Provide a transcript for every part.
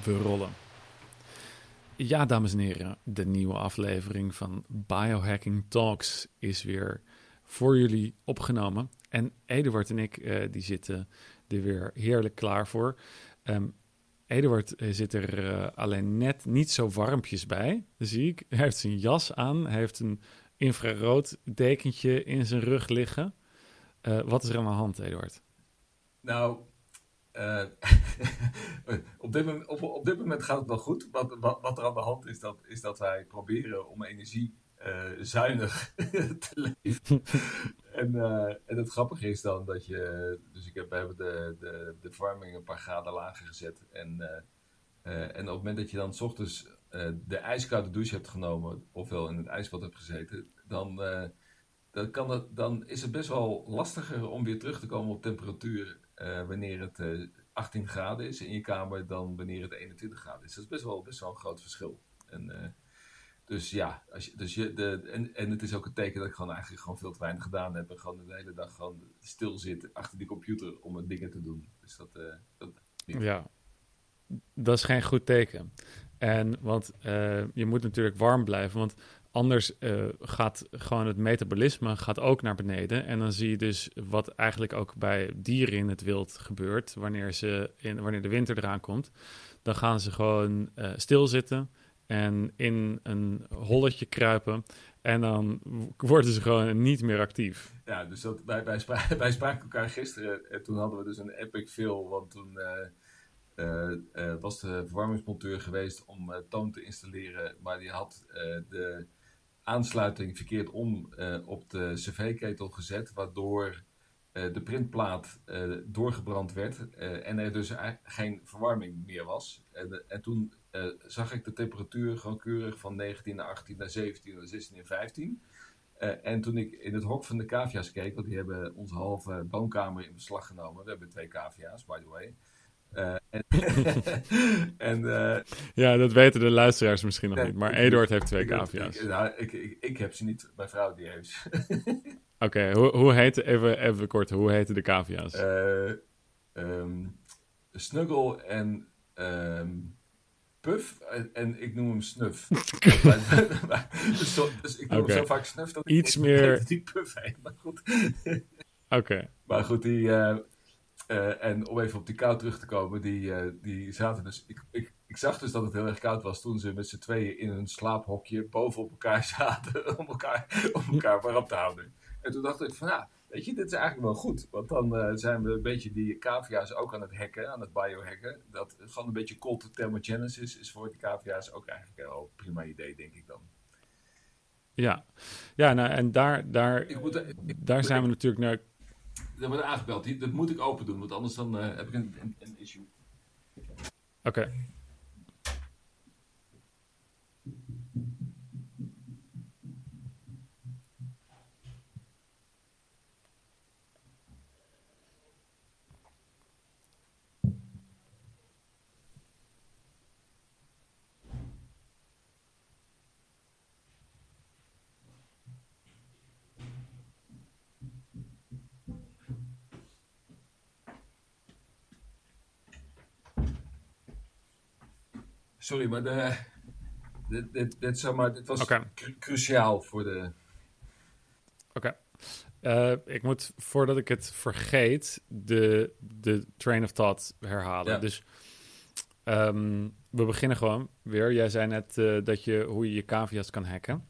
we rollen. Ja, dames en heren, de nieuwe aflevering van Biohacking Talks is weer voor jullie opgenomen. En Eduard en ik die zitten er weer heerlijk klaar voor. Eduard zit er alleen net niet zo warmpjes bij, zie ik. Hij heeft zijn jas aan, hij heeft een infrarood dekentje in zijn rug liggen. Wat is er aan de hand, Eduard? Nou, op dit moment gaat het wel goed. Wat er aan de hand is dat wij proberen om energie zuinig te leven. En het grappige is dan dat dus we hebben de verwarming een paar graden lager gezet. En op het moment dat je dan 's ochtends de ijskoude douche hebt genomen, ofwel in het ijsbad hebt gezeten, dan is het best wel lastiger om weer terug te komen op temperatuur wanneer het 18 graden is in je kamer dan wanneer het 21 graden is. Dat is best wel een groot verschil. Dus ja, en het is ook een teken dat ik eigenlijk gewoon veel te weinig gedaan heb en gewoon de hele dag gewoon stil zit achter die computer om mijn dingen te doen. Dus dat Ja, dat is geen goed teken. Want je moet natuurlijk warm blijven, want anders gaat gewoon het metabolisme gaat ook naar beneden. En dan zie je dus wat eigenlijk ook bij dieren in het wild gebeurt, wanneer de winter eraan komt. Dan gaan ze gewoon stilzitten en in een holletje kruipen. En dan worden ze gewoon niet meer actief. Ja, dus wij spraken elkaar gisteren en toen hadden we dus een epic fail, want toen was de verwarmingsmonteur geweest om toon te installeren, maar die had de aansluiting verkeerd om op de cv-ketel gezet, waardoor de printplaat doorgebrand werd en er dus geen verwarming meer was. En toen zag ik de temperatuur gewoon keurig van 19 naar 18 naar 17 naar 16 en 15. En toen ik in het hok van de cavia's keek, want die hebben onze halve woonkamer in beslag genomen. We hebben 2 cavia's, by the way. Ja, dat weten de luisteraars misschien nog niet. Maar Eduard heeft 2 cavia's. Ik heb ze niet. Mijn vrouw die heeft ze. Oké, hoe heette, even kort, hoe heten de cavia's? Snuggle en Puff. En ik noem hem Snuf. Dus ik noem hem zo vaak Snuf dat iets meer die Puff heet. Maar goed. Oké. Maar goed, en om even op die kou terug te komen, die zaten dus. Ik zag dus dat het heel erg koud was toen ze met z'n tweeën in hun slaaphokje boven op elkaar zaten om elkaar warm te houden. En toen dacht ik van, weet je, dit is eigenlijk wel goed. Want dan zijn we een beetje die cavia's ook aan het hacken, aan het biohacken. Dat gewoon een beetje cold thermogenesis is voor die cavia's ook eigenlijk wel een prima idee, denk ik dan. Ja, nou, en daar zijn we natuurlijk naar. Er wordt aangebeld. Dat moet ik open doen, want anders dan heb ik een issue. Oké. Sorry, maar dit was cruciaal voor de. Oké. Ik moet, voordat ik het vergeet, de train of thought herhalen. Ja. Dus we beginnen gewoon weer. Jij zei net hoe je cavia's kan hacken.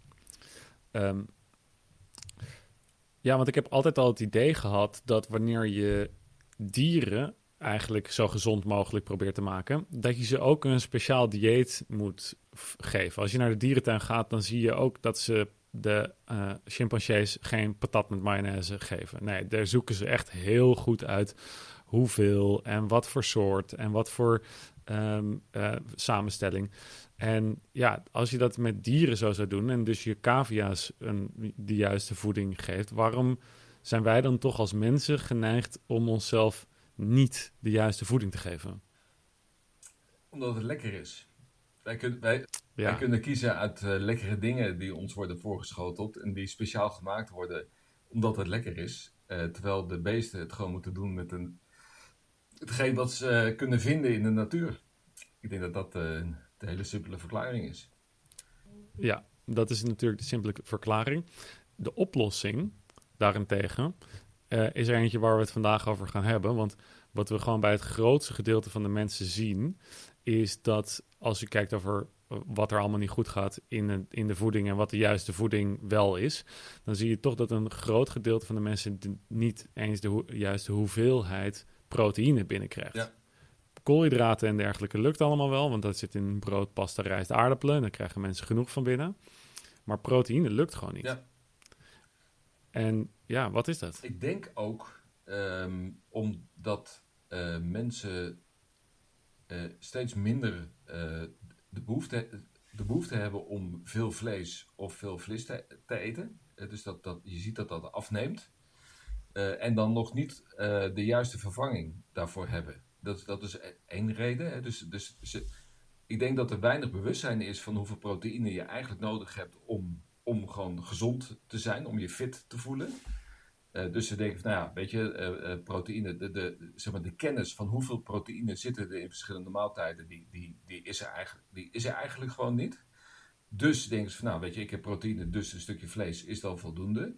Ja, want ik heb altijd al het idee gehad dat wanneer je dieren eigenlijk zo gezond mogelijk probeert te maken, dat je ze ook een speciaal dieet moet geven. Als je naar de dierentuin gaat, dan zie je ook dat ze de chimpansees geen patat met mayonaise geven. Nee, daar zoeken ze echt heel goed uit hoeveel en wat voor soort en wat voor samenstelling. En ja, als je dat met dieren zo zou doen en dus je cavia's de juiste voeding geeft, waarom zijn wij dan toch als mensen geneigd om onszelf niet de juiste voeding te geven? Omdat het lekker is. Wij kunnen kiezen uit lekkere dingen die ons worden voorgeschoteld en die speciaal gemaakt worden omdat het lekker is. Terwijl de beesten het gewoon moeten doen met hetgeen wat ze kunnen vinden in de natuur. Ik denk dat dat de hele simpele verklaring is. Ja, dat is natuurlijk de simpele verklaring. De oplossing daarentegen is er eentje waar we het vandaag over gaan hebben. Want wat we gewoon bij het grootste gedeelte van de mensen zien, is dat als je kijkt over wat er allemaal niet goed gaat in de voeding en wat de juiste voeding wel is, dan zie je toch dat een groot gedeelte van de mensen niet eens de juiste hoeveelheid proteïne binnenkrijgt. Ja. Koolhydraten en dergelijke lukt allemaal wel, want dat zit in brood, pasta, rijst, aardappelen. En daar krijgen mensen genoeg van binnen. Maar proteïne lukt gewoon niet. Ja. En ja, wat is dat? Ik denk ook omdat mensen steeds minder de behoefte hebben om veel vlees of veel vis te eten. Dus je ziet dat afneemt. En dan nog niet de juiste vervanging daarvoor hebben. Dat is één reden. Hè. Ik denk dat er weinig bewustzijn is van hoeveel proteïne je eigenlijk nodig hebt om gewoon gezond te zijn, om je fit te voelen. Dus ze denken van, nou ja, weet je, proteïne, zeg maar de kennis van hoeveel proteïne zitten er in verschillende maaltijden, die is er eigenlijk gewoon niet. Dus denken ze van, nou weet je, ik heb proteïne, dus een stukje vlees is dan voldoende.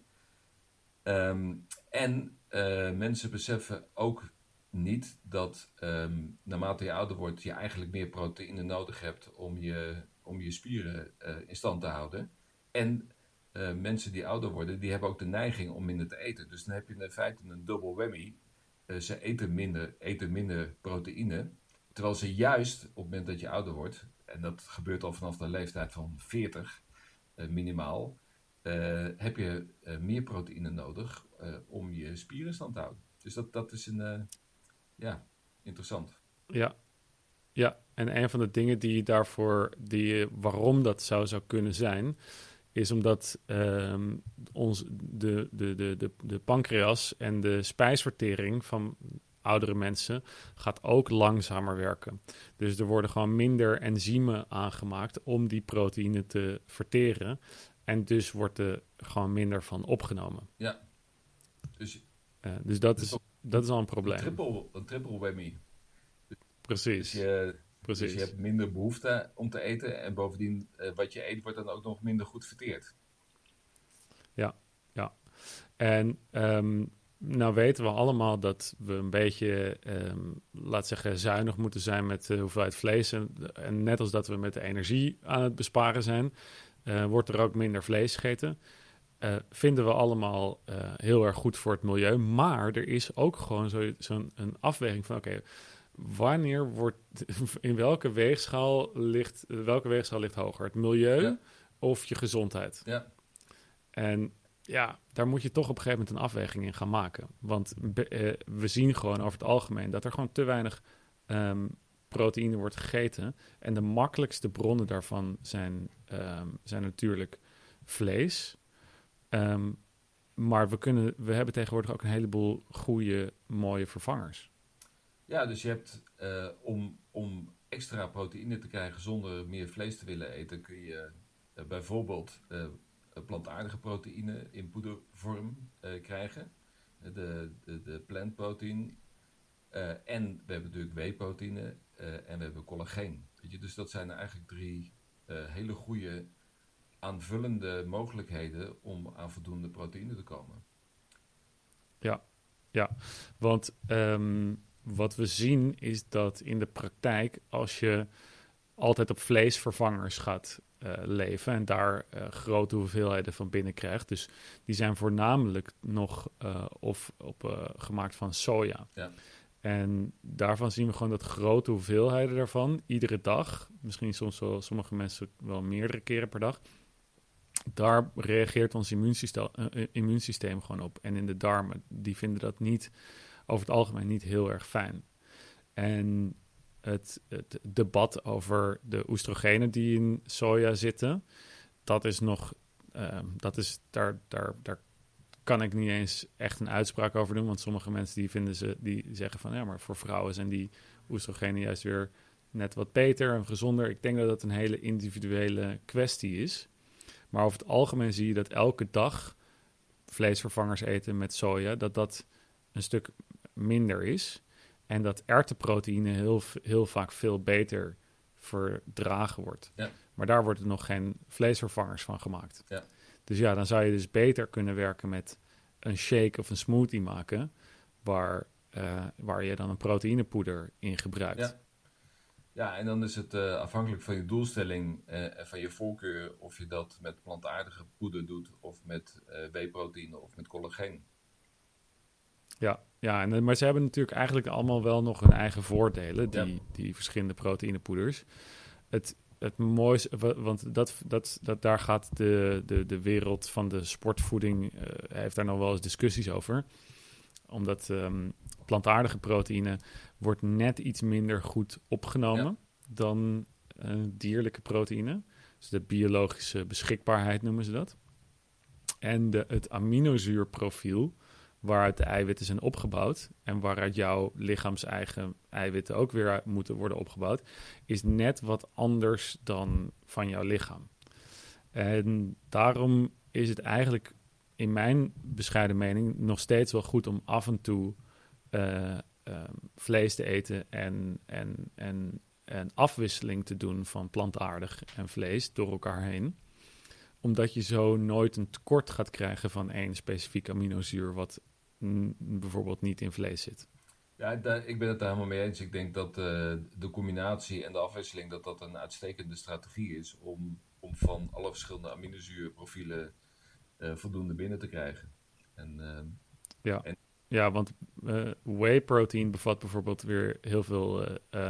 En mensen beseffen ook niet dat naarmate je ouder wordt, je eigenlijk meer proteïne nodig hebt om je spieren in stand te houden. En mensen die ouder worden, die hebben ook de neiging om minder te eten. Dus dan heb je in feite een double whammy. Ze eten minder proteïne. Terwijl ze juist op het moment dat je ouder wordt, en dat gebeurt al vanaf de leeftijd van 40 minimaal, heb je meer proteïne nodig om je spieren in stand te houden. Dus dat is interessant. Ja, en een van de dingen waarom dat zou kunnen zijn, is omdat de pancreas en de spijsvertering van oudere mensen gaat ook langzamer werken. Dus er worden gewoon minder enzymen aangemaakt om die proteïne te verteren. En dus wordt er gewoon minder van opgenomen. Ja. Dus dat is al een probleem. Een triple whammy. Precies. Dus je hebt minder behoefte om te eten. En bovendien, wat je eet wordt dan ook nog minder goed verteerd. Ja. En nou weten we allemaal dat we een beetje, laat zeggen, zuinig moeten zijn met de hoeveelheid vlees. En net als dat we met de energie aan het besparen zijn, wordt er ook minder vlees gegeten. Vinden we allemaal heel erg goed voor het milieu. Maar er is ook gewoon zo'n afweging van, oké, in welke weegschaal ligt hoger? Het milieu of je gezondheid? Ja. En ja, daar moet je toch op een gegeven moment een afweging in gaan maken. Want we zien gewoon over het algemeen dat er gewoon te weinig proteïne wordt gegeten. En de makkelijkste bronnen daarvan zijn natuurlijk vlees. Maar we hebben tegenwoordig ook een heleboel goede, mooie vervangers. Ja, dus je hebt om extra proteïne te krijgen zonder meer vlees te willen eten, kun je bijvoorbeeld plantaardige proteïne in poedervorm krijgen. De plant protein. En we hebben natuurlijk whey-proteïne en we hebben collageen. Weet je? Dus dat zijn eigenlijk 3 hele goede aanvullende mogelijkheden om aan voldoende proteïne te komen. Ja. Want wat we zien is dat in de praktijk, als je altijd op vleesvervangers gaat leven en daar grote hoeveelheden van binnenkrijgt, dus die zijn voornamelijk nog gemaakt van soja. Ja. En daarvan zien we gewoon dat grote hoeveelheden daarvan, iedere dag, misschien soms wel sommige mensen wel meerdere keren per dag, daar reageert ons immuunsysteem gewoon op. En in de darmen, die vinden dat over het algemeen niet heel erg fijn. En het debat over de oestrogenen die in soja zitten, daar kan ik niet eens echt een uitspraak over doen. Want sommige mensen die zeggen van, ja, maar voor vrouwen zijn die oestrogenen juist weer net wat beter en gezonder. Ik denk dat dat een hele individuele kwestie is. Maar over het algemeen zie je dat elke dag vleesvervangers eten met soja, dat een stuk minder is. En dat erwtenproteïne heel vaak veel beter verdragen wordt. Ja. Maar daar worden nog geen vleesvervangers van gemaakt. Ja. Dus ja, dan zou je dus beter kunnen werken met een shake of een smoothie maken, waar je dan een proteïnepoeder in gebruikt. Ja. Ja, en dan is het afhankelijk van je doelstelling en van je voorkeur of je dat met plantaardige poeder doet of met whey-proteïne of met collageen. Ja, maar ze hebben natuurlijk eigenlijk allemaal wel nog hun eigen voordelen, die verschillende proteïnepoeders. Het mooiste, want daar gaat de wereld van de sportvoeding, heeft daar nog wel eens discussies over. Omdat plantaardige proteïne wordt net iets minder goed opgenomen dan dierlijke proteïne. Dus de biologische beschikbaarheid noemen ze dat. En het aminozuurprofiel, waaruit de eiwitten zijn opgebouwd en waaruit jouw lichaams-eigen eiwitten ook weer moeten worden opgebouwd, is net wat anders dan van jouw lichaam. En daarom is het eigenlijk in mijn bescheiden mening nog steeds wel goed om af en toe vlees te eten en afwisseling te doen van plantaardig en vlees door elkaar heen. Omdat je zo nooit een tekort gaat krijgen van één specifiek aminozuur wat bijvoorbeeld niet in vlees zit. Ja, ik ben het daar helemaal mee eens. Ik denk dat de combinatie en de afwisseling dat een uitstekende strategie is om van alle verschillende aminozuurprofielen voldoende binnen te krijgen. Ja, want whey protein bevat bijvoorbeeld weer heel veel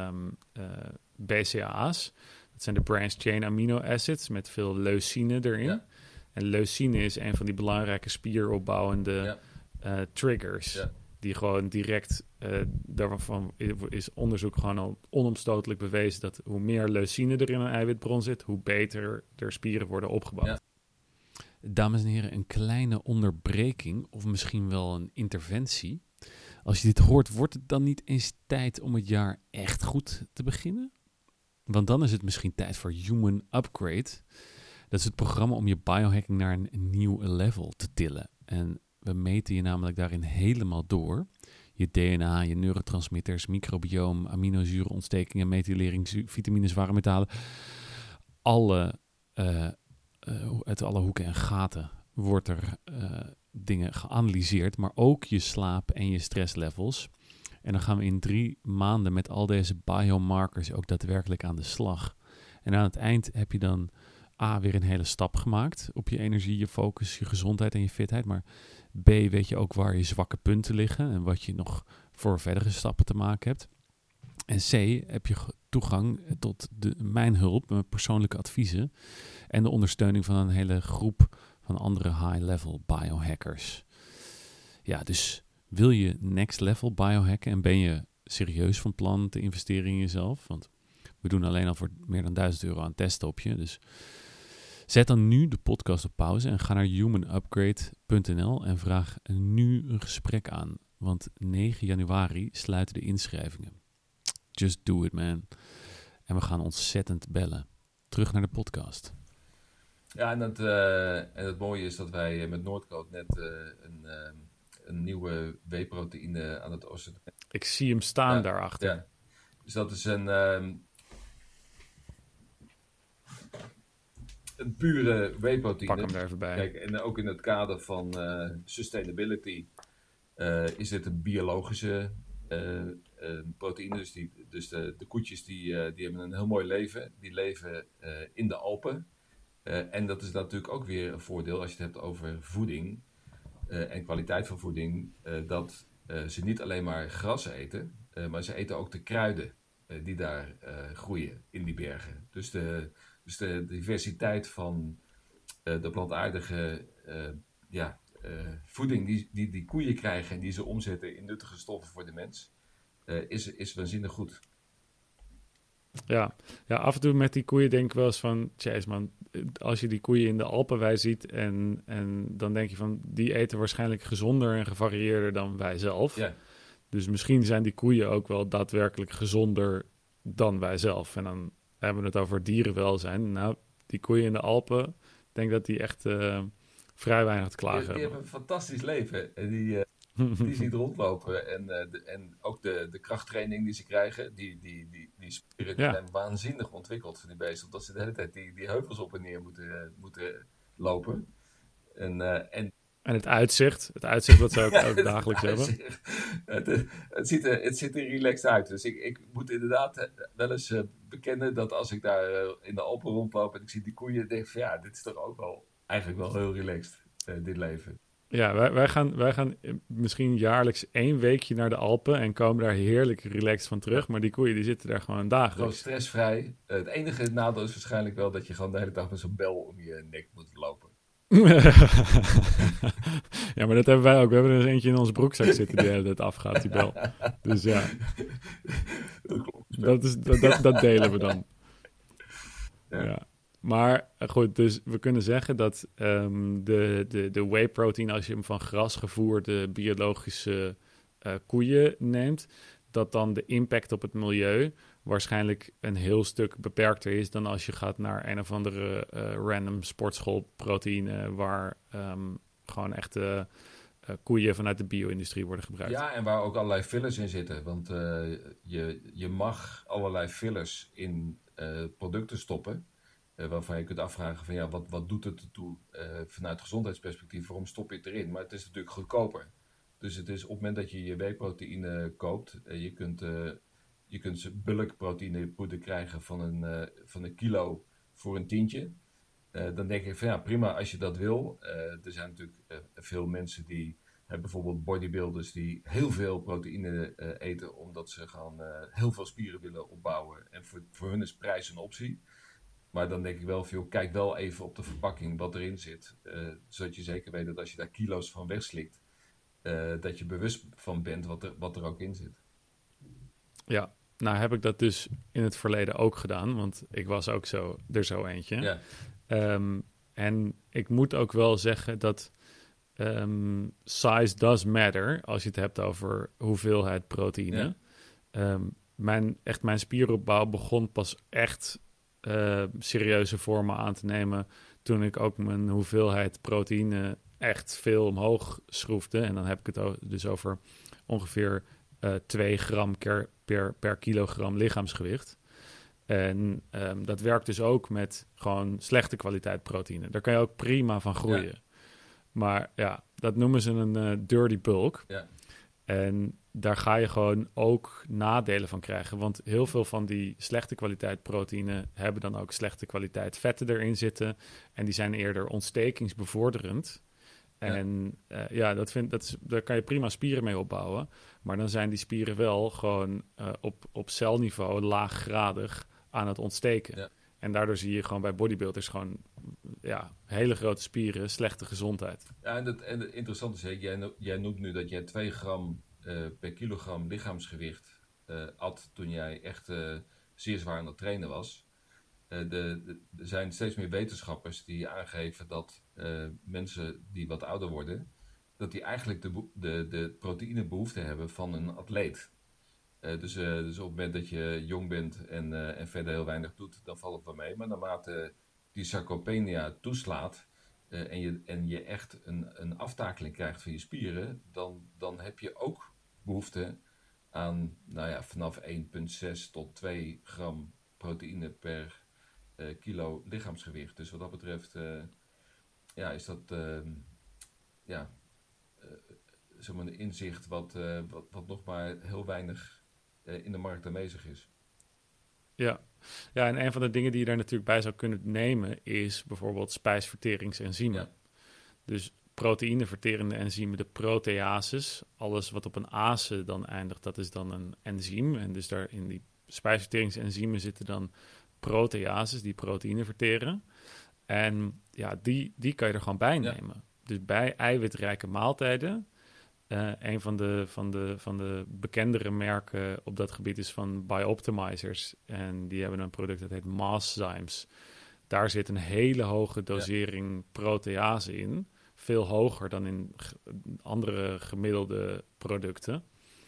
BCAA's. Dat zijn de branched chain amino acids met veel leucine erin. Ja. En leucine is een van die belangrijke spieropbouwende triggers. Ja. Die gewoon direct, daarvan is onderzoek gewoon al onomstotelijk bewezen dat hoe meer leucine er in een eiwitbron zit, hoe beter er spieren worden opgebouwd. Ja. Dames en heren, een kleine onderbreking of misschien wel een interventie. Als je dit hoort, wordt het dan niet eens tijd om het jaar echt goed te beginnen? Want dan is het misschien tijd voor Human Upgrade. Dat is het programma om je biohacking naar een nieuw level te tillen. En we meten je namelijk daarin helemaal door. Je DNA, je neurotransmitters, microbioom, aminozuren, ontstekingen, methylering, vitamines, zware metalen. Uit alle hoeken en gaten wordt er dingen geanalyseerd, maar ook je slaap en je stresslevels. En dan gaan we in 3 maanden met al deze biomarkers ook daadwerkelijk aan de slag. En aan het eind heb je dan weer een hele stap gemaakt op je energie, je focus, je gezondheid en je fitheid. Maar B, weet je ook waar je zwakke punten liggen en wat je nog voor verdere stappen te maken hebt. En C, heb je toegang tot mijn hulp, mijn persoonlijke adviezen en de ondersteuning van een hele groep van andere high-level biohackers. Ja, dus wil je next level biohacken en ben je serieus van plan te investeren in jezelf? Want we doen alleen al voor meer dan €1000 aan testen op je. Dus zet dan nu de podcast op pauze en ga naar humanupgrade.nl en vraag nu een gesprek aan. Want 9 januari sluiten de inschrijvingen. Just do it, man. En we gaan ontzettend bellen. Terug naar de podcast. Ja, en het mooie is dat wij met Noordcoat net een nieuwe whey-proteïne aan het ossen. Ik zie hem staan daarachter. Ja. Dus dat is een pure whey-proteïne. Pak hem er even bij. Kijk, en ook in het kader van sustainability is dit een biologische proteïne. Dus de koetjes die hebben een heel mooi leven. Die leven in de Alpen. En dat is natuurlijk ook weer een voordeel als je het hebt over voeding en kwaliteit van voeding. Dat ze niet alleen maar gras eten, maar ze eten ook de kruiden die daar groeien in die bergen. Dus de diversiteit van de plantaardige voeding die koeien krijgen en die ze omzetten in nuttige stoffen voor de mens, is waanzinnig goed. Ja, af en toe met die koeien denk ik wel eens van, jeez man, als je die koeien in de Alpenwei ziet en dan denk je van, die eten waarschijnlijk gezonder en gevarieerder dan wij zelf. Ja. Dus misschien zijn die koeien ook wel daadwerkelijk gezonder dan wij zelf. En dan hebben we het over dierenwelzijn. Nou, die koeien in de Alpen, ik denk dat die echt vrij weinig te klagen Die hebben een fantastisch leven. die ziet rondlopen. En ook de krachttraining die ze krijgen, die spieren die Ja, zijn waanzinnig ontwikkeld van die beesten. Omdat ze de hele tijd die heuvels op en neer moeten lopen. En en het uitzicht dat ze ook, ja, ook dagelijks hebben. het ziet er relaxed uit. Dus ik moet inderdaad wel eens bekennen dat als ik daar in de Alpen rondloop en ik zie die koeien, denk ik van ja, dit is toch ook wel eigenlijk wel heel relaxed, dit leven. Ja, wij gaan misschien jaarlijks 1 weekje naar de Alpen en komen daar heerlijk relaxed van Ja, terug. Maar die koeien die zitten daar gewoon gewoon dagelijks. stressvrij. Het enige nadeel is waarschijnlijk wel dat je gewoon de hele dag met zo'n bel om je nek moet lopen. Ja, maar dat hebben wij ook. We hebben er eens eentje in onze broekzak zitten die de hele tijd afgaat, die bel. Dus ja, Dat klopt. dat delen we dan. Ja. Ja. Maar goed, dus we kunnen zeggen dat de whey protein, als je hem van grasgevoerde biologische koeien neemt, dat dan de impact op het milieu waarschijnlijk een heel stuk beperkter is dan als je gaat naar een of andere random sportschoolproteïne waar gewoon echte koeien vanuit de bio-industrie worden gebruikt. Ja, en waar ook allerlei fillers in zitten. Want je mag allerlei fillers in producten stoppen. Waarvan je kunt afvragen van ja, wat doet het ertoe vanuit gezondheidsperspectief? Waarom stop je het erin? Maar het is natuurlijk goedkoper. Dus het is op het moment dat je whey-proteïne koopt, je kunt bulkproteïnepoeder krijgen van een kilo voor een tientje. Dan denk ik van ja, prima als je dat wil. Er zijn natuurlijk veel mensen die bijvoorbeeld bodybuilders die heel veel proteïne eten omdat ze gewoon heel veel spieren willen opbouwen. En voor hun is prijs een optie. Maar dan denk ik wel van, joh, kijk wel even op de verpakking wat erin zit. Zodat je zeker weet dat als je daar kilo's van wegslikt, dat je bewust van bent wat er ook in zit. Ja, nou heb ik dat dus in het verleden ook gedaan, want ik was ook er zo eentje. Ja, En ik moet ook wel zeggen dat size does matter als je het hebt over hoeveelheid proteïne. ja, Mijn spieropbouw begon pas echt serieuze vormen aan te nemen toen ik ook mijn hoeveelheid proteïne echt veel omhoog schroefde. En dan heb ik het dus over ongeveer 2 gram per kilogram lichaamsgewicht. En dat werkt dus ook met gewoon slechte kwaliteit proteïne. Daar kan je ook prima van groeien. ja, Maar ja, dat noemen ze een dirty bulk. ja, En daar ga je gewoon ook nadelen van krijgen. Want heel veel van die slechte kwaliteit proteïne hebben dan ook slechte kwaliteit vetten erin zitten. En die zijn eerder ontstekingsbevorderend. ja. En daar kan je prima spieren mee opbouwen. Maar dan zijn die spieren wel gewoon op celniveau laaggradig aan het ontsteken. Ja. En daardoor zie je gewoon bij bodybuilders gewoon hele grote spieren, slechte gezondheid. Ja, en het interessante is, hè, jij noemt nu dat jij 2 gram per kilogram lichaamsgewicht at toen jij echt zeer zwaar aan het trainen was. Er zijn steeds meer wetenschappers die aangeven dat mensen die wat ouder worden, dat die eigenlijk de proteïnebehoefte hebben van een atleet. Dus op het moment dat je jong bent en verder heel weinig doet, dan valt het wel mee. Maar naarmate die sarcopenia toeslaat en je echt een aftakeling krijgt van je spieren, dan heb je ook behoefte aan nou ja, vanaf 1,6 tot 2 gram proteïne per kilo lichaamsgewicht. Dus wat dat betreft is dat ja, zeg maar een inzicht wat nog maar heel weinig in de markt aanwezig is. Ja. Ja, en een van de dingen die je daar natuurlijk bij zou kunnen nemen is bijvoorbeeld spijsverteringsenzymen. Ja, Dus proteïneverterende enzymen, de proteases, alles wat op een ase dan eindigt, dat is dan een enzym. En dus daar in die spijsverteringsenzymen zitten dan proteases die proteïne verteren. En ja, die kan je er gewoon bij ja, nemen. Dus bij eiwitrijke maaltijden. Een van de bekendere merken op dat gebied is van Bioptimizers. En die hebben een product dat heet Masszymes. Daar zit een hele hoge ja, dosering protease in. Veel hoger dan in andere gemiddelde producten.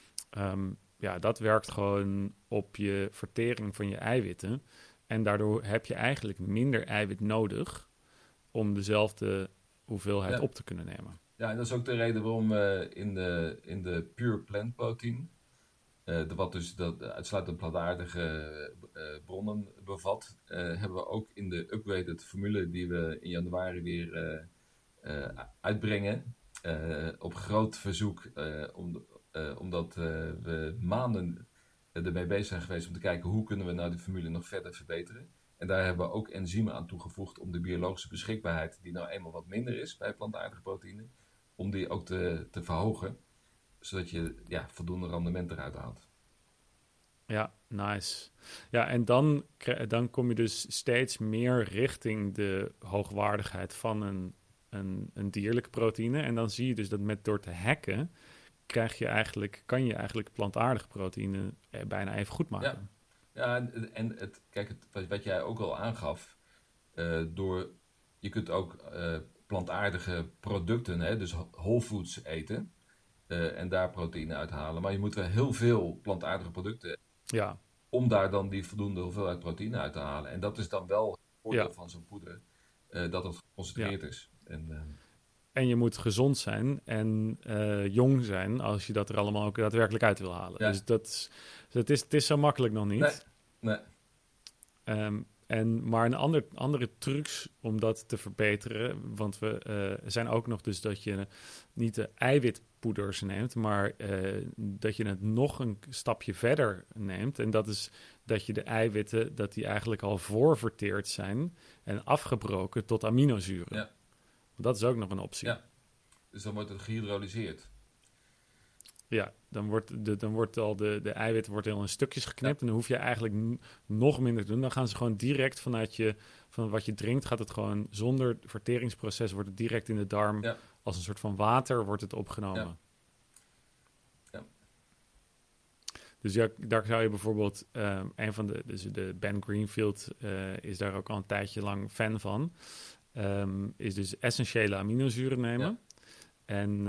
Dat werkt gewoon op je vertering van je eiwitten. En daardoor heb je eigenlijk minder eiwit nodig om dezelfde hoeveelheid ja. op te kunnen nemen. Ja, en dat is ook de reden waarom we in de pure plant protein, wat dus dat uitsluitend plantaardige bronnen bevat, hebben we ook in de upgraded formule die we in januari weer uitbrengen. Op groot verzoek, omdat we maanden ermee bezig zijn geweest om te kijken hoe kunnen we nou de formule nog verder verbeteren. En daar hebben we ook enzymen aan toegevoegd om de biologische beschikbaarheid, die nou eenmaal wat minder is bij plantaardige proteïne, om die ook te verhogen, zodat je voldoende rendement eruit haalt. Ja, nice. Ja, en dan kom je dus steeds meer richting de hoogwaardigheid van een dierlijke proteïne. En dan zie je dus dat door te hacken kan je eigenlijk plantaardige proteïne bijna even goed Ja, maken. ja en kijk, wat jij ook al aangaf, door, je kunt ook plantaardige producten, hè, dus whole foods eten, en daar proteïne uithalen. Maar je moet wel heel veel plantaardige producten Ja, om daar dan die voldoende hoeveelheid proteïne uit te halen. En dat is dan wel het voordeel ja, van zo'n poeder, dat het ja. geconcentreerd is. En je moet gezond zijn en jong zijn als je dat er allemaal ook daadwerkelijk uit wil halen. Ja, Dus het is zo makkelijk nog nee, niet. nee, Maar andere trucs om dat te verbeteren, want we zijn ook nog dus dat je niet de eiwitpoeders neemt, maar dat je het nog een stapje verder neemt. En dat is dat je de eiwitten, dat die eigenlijk al voorverteerd zijn en afgebroken tot aminozuren. ja, Dat is ook nog een optie. ja. Dus dan wordt het gehydrolyseerd. Ja, dan wordt al de eiwit wordt heel in stukjes Ja, geknipt. En dan hoef je eigenlijk nog minder te doen. Dan gaan ze gewoon direct van wat je drinkt, gaat het gewoon zonder verteringsproces, wordt het direct in de darm ja, als een soort van water wordt het ja, opgenomen. ja, Dus ja, daar zou je bijvoorbeeld een van dus de Ben Greenfield is daar ook al een tijdje lang fan van. Is dus essentiële aminozuren ja, nemen. En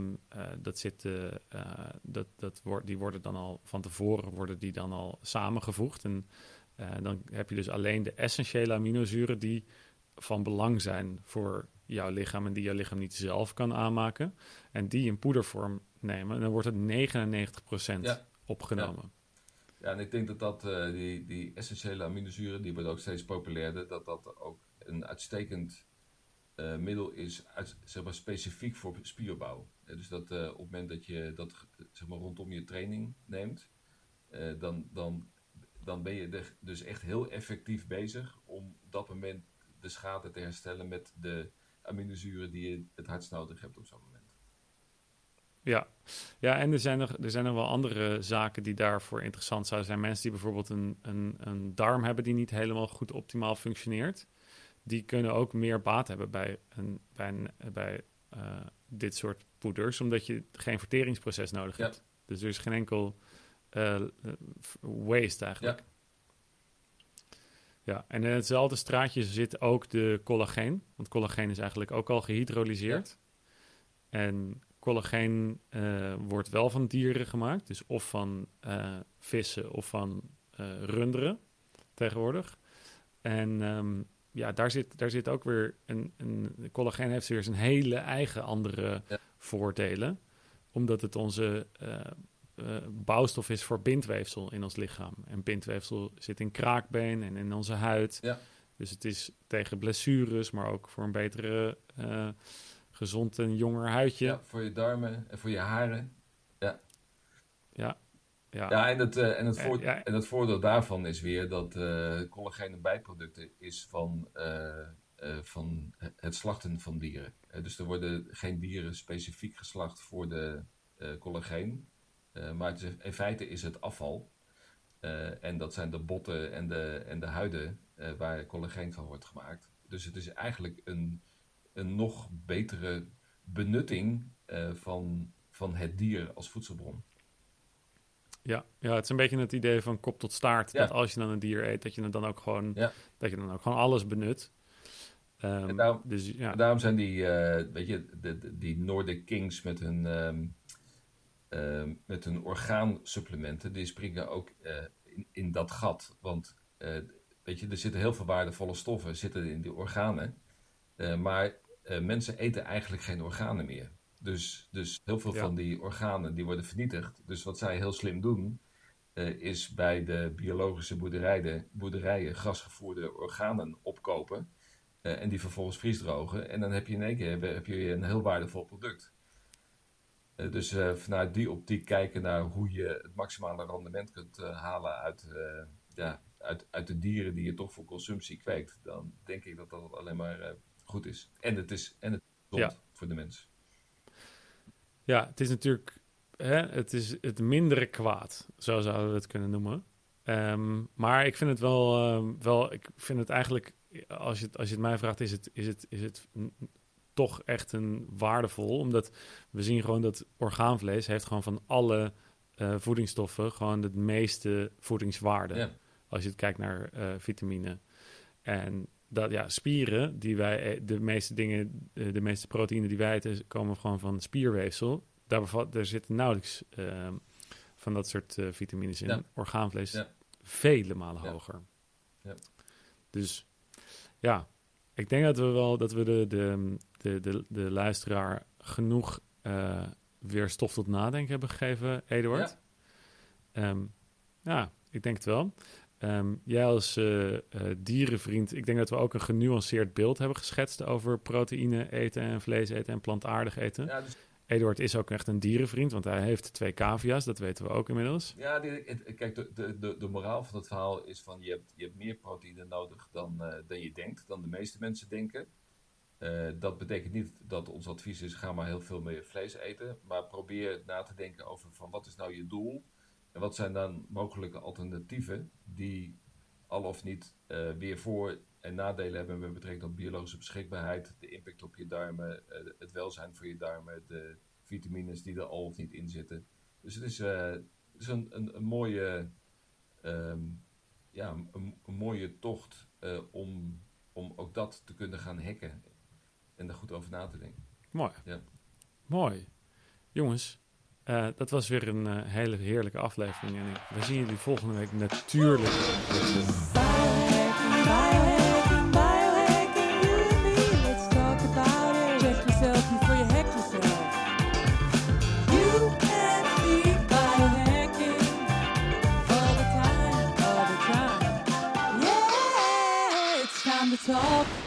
die worden dan al van tevoren worden die dan al samengevoegd. En dan heb je dus alleen de essentiële aminozuren die van belang zijn voor jouw lichaam en die jouw lichaam niet zelf kan aanmaken. En die in poedervorm nemen. En dan wordt het 99% ja, ja. opgenomen. Ja, en ik denk die essentiële aminozuren, die worden ook steeds populairder, dat ook een uitstekend middel is, zeg maar, specifiek voor spieropbouw. Dus dat op het moment dat je dat zeg maar, rondom je training neemt, dan ben je dus echt heel effectief bezig om op dat moment de schade te herstellen met de aminozuren die je het hardst nodig hebt op zo'n moment. Ja, ja, en er zijn nog wel andere zaken die daarvoor interessant zouden zijn. Mensen die bijvoorbeeld een darm hebben die niet helemaal goed optimaal functioneert. Die kunnen ook meer baat hebben bij dit soort poeders, omdat je geen verteringsproces nodig Ja, hebt. Dus er is geen enkel waste ja, eigenlijk. Ja, en in hetzelfde straatje zit ook de collageen. Want collageen is eigenlijk ook al ja, gehydrolyseerd. En collageen wordt wel van dieren gemaakt. Dus of van vissen of van runderen tegenwoordig. En ja, daar zit ook weer collageen heeft weer zijn hele eigen andere ja, voordelen. Omdat het onze bouwstof is voor bindweefsel in ons lichaam. En bindweefsel zit in kraakbeen en in onze huid. ja, Dus het is tegen blessures, maar ook voor een betere gezond en jonger huidje. ja, voor je darmen en voor je haren. Ja, Ja, ja, ja ja, en het voordeel daarvan is weer dat collageen een bijproduct is van het slachten van dieren. Dus er worden geen dieren specifiek geslacht voor de collageen. Maar in feite is het afval. En dat zijn de botten en de huiden waar collageen van wordt gemaakt. Dus het is eigenlijk een nog betere benutting van het dier als voedselbron. ja, het is een beetje het idee van kop tot staart. Dat Ja, als je dan een dier eet, dat je dan ook gewoon, ja. alles benut. En daarom, Dus en ja, daarom zijn weet je, die Nordic Kings met hun orgaansupplementen, die springen ook in dat gat. Want weet je, er zitten heel veel waardevolle stoffen zitten in die organen. Maar mensen eten eigenlijk geen organen meer. Dus heel veel van die organen die worden vernietigd. Dus wat zij heel slim doen, is bij de biologische boerderijen grasgevoerde organen opkopen. En die vervolgens vriesdrogen. En dan heb je in één keer heb je een heel waardevol product. Dus vanuit die optiek kijken naar hoe je het maximale rendement kunt halen uit de dieren die je toch voor consumptie kweekt. Dan denk ik dat dat alleen maar goed is. En het is gezond voor de mens. Ja, het is natuurlijk het is het mindere kwaad, zo zouden we het kunnen noemen. Maar ik vind het wel ik vind het eigenlijk, als je het mij vraagt, is het toch echt een waardevol. Omdat we zien gewoon dat orgaanvlees heeft gewoon van alle voedingsstoffen gewoon het meeste voedingswaarde. Ja. Als je het kijkt naar vitamine. En dat spieren, die wij de meeste proteïnen die wij eten, komen gewoon van spierweefsel. Daar zitten nauwelijks van dat soort vitamines in. Ja. Orgaanvlees vele malen hoger. Ja. Dus ja, ik denk dat we de luisteraar genoeg weer stof tot nadenken hebben gegeven, Eduard. Ja, ik denk het wel. Jij als dierenvriend, ik denk dat we ook een genuanceerd beeld hebben geschetst over proteïne eten en vlees eten en plantaardig eten. Ja, dus Eduard is ook echt een dierenvriend, want hij heeft 2 cavia's, dat weten we ook inmiddels. Ja, kijk, de moraal van het verhaal is van je hebt meer proteïne nodig dan je denkt, dan de meeste mensen denken. Dat betekent niet dat ons advies is, ga maar heel veel meer vlees eten, maar probeer na te denken over van wat is nou je doel en wat zijn dan mogelijke alternatieven die al of niet weer voor- en nadelen hebben met betrekking tot biologische beschikbaarheid, de impact op je darmen, het welzijn voor je darmen, de vitamines die er al of niet in zitten. Dus het is een mooie, een mooie tocht om ook dat te kunnen gaan hacken en er goed over na te denken. Mooi. Ja. Mooi. Jongens, dat was weer een hele heerlijke aflevering. En we zien jullie volgende week natuurlijk. Talk.